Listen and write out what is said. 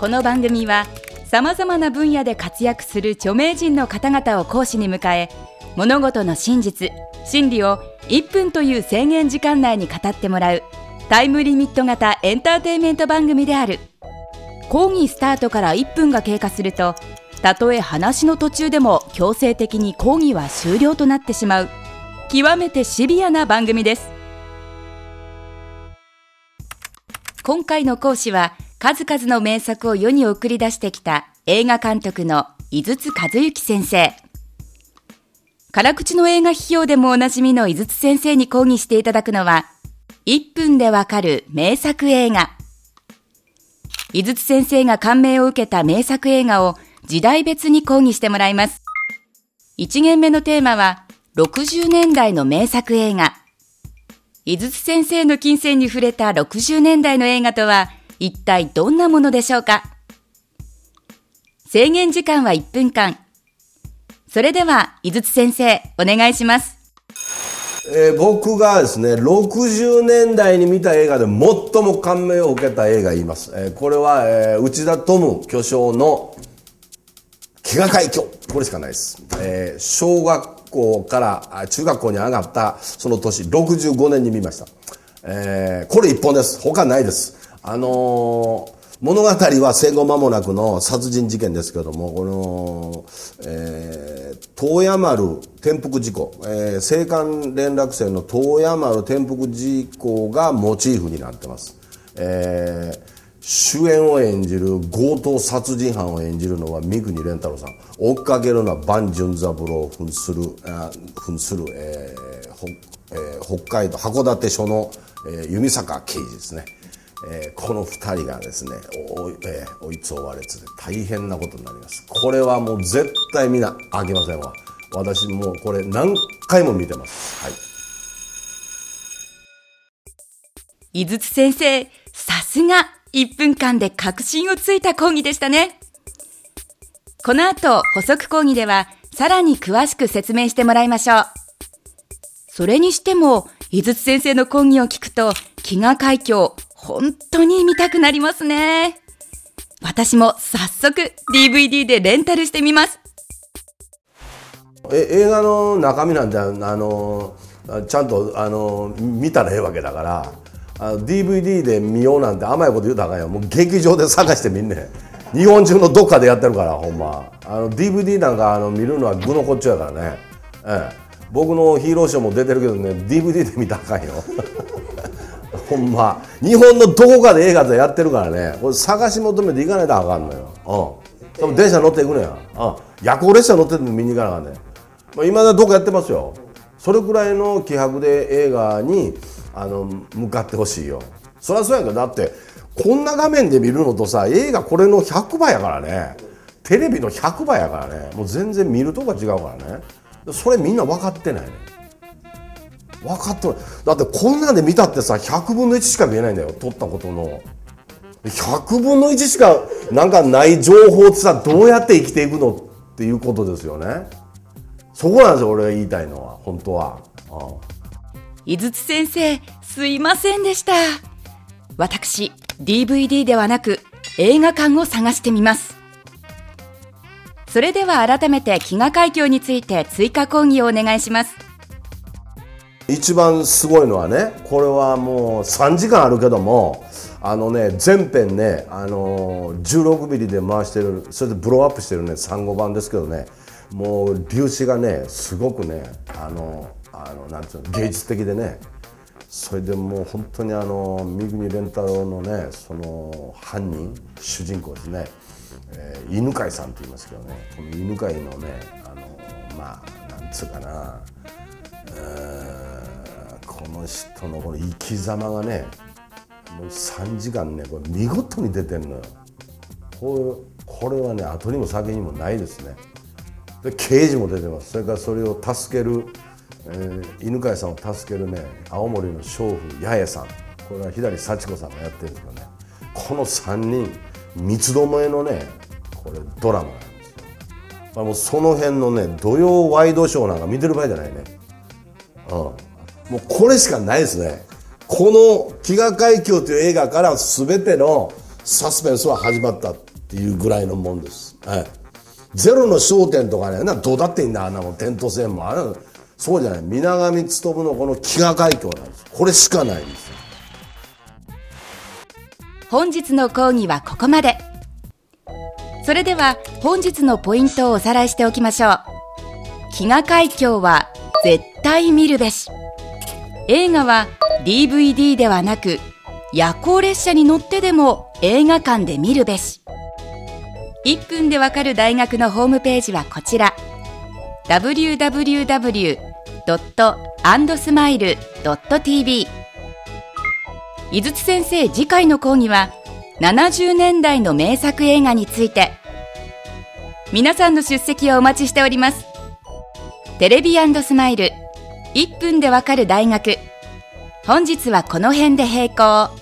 この番組はさまざまな分野で活躍する著名人の方々を講師に迎え、物事の真実、真理を1分という制限時間内に語ってもらうタイムリミット型エンターテインメント番組である。講義スタートから1分が経過すると、たとえ話の途中でも強制的に講義は終了となってしまう、極めてシビアな番組です。今回の講師は数々の名作を世に送り出してきた映画監督の井筒和幸先生。辛口の映画批評でもおなじみの井筒先生に講義していただくのは、1分でわかる名作映画。井筒先生が感銘を受けた名作映画を時代別に講義してもらいます。1限目のテーマは60年代の名作映画。井筒先生の琴線に触れた60年代の映画とは一体どんなものでしょうか。制限時間は1分間。それでは井筒先生、お願いします。 僕がですね、60年代に見た映画で最も感銘を受けた映画言います。これは、内田トム巨匠の飢餓海峡。これしかないです。小学校から中学校に上がったその年、65年に見ました。これ一本です。他ないです。物語は戦後間もなくの殺人事件ですけども、この、東野丸転覆事故、青函連絡船の東野丸転覆事故がモチーフになってます。主演を演じる強盗殺人犯を演じるのは三國連太郎さん。追っかけるのは伴淳三郎を扮する、北海道函館署の、弓坂刑事ですね。この二人がですね、追いつ追われつで大変なことになります。これはもう絶対みんなあげませんわ。私もうこれ何回も見てます。はい。 井筒先生、さすが1分間で確信をついた講義でしたね。この後、補足講義ではさらに詳しく説明してもらいましょう。それにしても、井筒先生の講義を聞くと、飢餓海峡、本当に見たくなりますね。私も早速 DVD でレンタルしてみます。 映画の中身なんてちゃんと見たらええわけだから、DVD で見ようなんて甘いこと言うたらあかんよ。もう劇場で探してみんねん。日本中のどっかでやってるから、ほんま。DVD なんか見るのは具のこっちゃからね。僕のヒーローショーも出てるけどね、DVD で見たらあかんよ。ほんま。日本のどこかで映画でやってるからね、これ探し求めていかないとあかんのよ。多分電車乗っていくのや。夜行列車乗ってても見に行かなあかんね。今だどこやってますよ。それくらいの気迫で映画に向かってほしいよ。そりゃそうやんか。だってこんな画面で見るのとさ、映画これの100倍やからね。テレビの100倍やからね。もう全然見るとこが違うからね。それみんな分かってないね。分かってない。だってこんなんで見たってさ、100分の1しか見えないんだよ。撮ったことの100分の1しかなんかない情報ってさ、どうやって生きていくのっていうことですよね。そこなんですよ、俺が言いたいのは。本当は。 井筒先生、すいませんでした。私 DVD ではなく映画館を探してみます。それでは改めて飢餓海峡について追加講義をお願いします。 一番すごいのはね、これはもう3時間あるけども、全編ね、16ミリで回してる、それでブローアップしてるね、3号版ですけどね、もう粒子がね、すごくね、なんていうの、芸術的でね、それでもう本当に三國連太郎のね、その犯人、主人公ですね、犬飼さんと言いますけどね、この犬飼のね、なんつうかな、この人のこの生き様がね、もう3時間ね、これ見事に出てんのよ。これはね、後にも先にもないですね。で刑事も出てます。それからそれを助ける、犬飼さんを助けるね、青森の娼婦八重さん、これは左幸子さんがやってるんですけどね、この3人三つどもえのね、これドラマなんですよ。もうその辺のね、土曜ワイドショーなんか見てる場合じゃないね。もうこれしかないですね。この飢餓海峡という映画から全てのサスペンスは始まった。 っていうぐらいのもんです。ゼロの焦点とかね、どうだっていいんだ、あんなもん、点と線も。そうじゃない。水上勉のこの飢餓海峡なんです。これしかないです。 本日の講義はここまで。それでは本日のポイントをおさらいしておきましょう。飢餓海峡は絶対見るべし。映画は DVD ではなく夜行列車に乗ってでも映画館で見るべし。1分でわかる大学のホームページはこちら。www.andsmile.tv。 井筒先生、次回の講義は70年代の名作映画について。皆さんの出席をお待ちしております。テレビ&スマイル1分でわかる大学。本日はこの辺で閉校。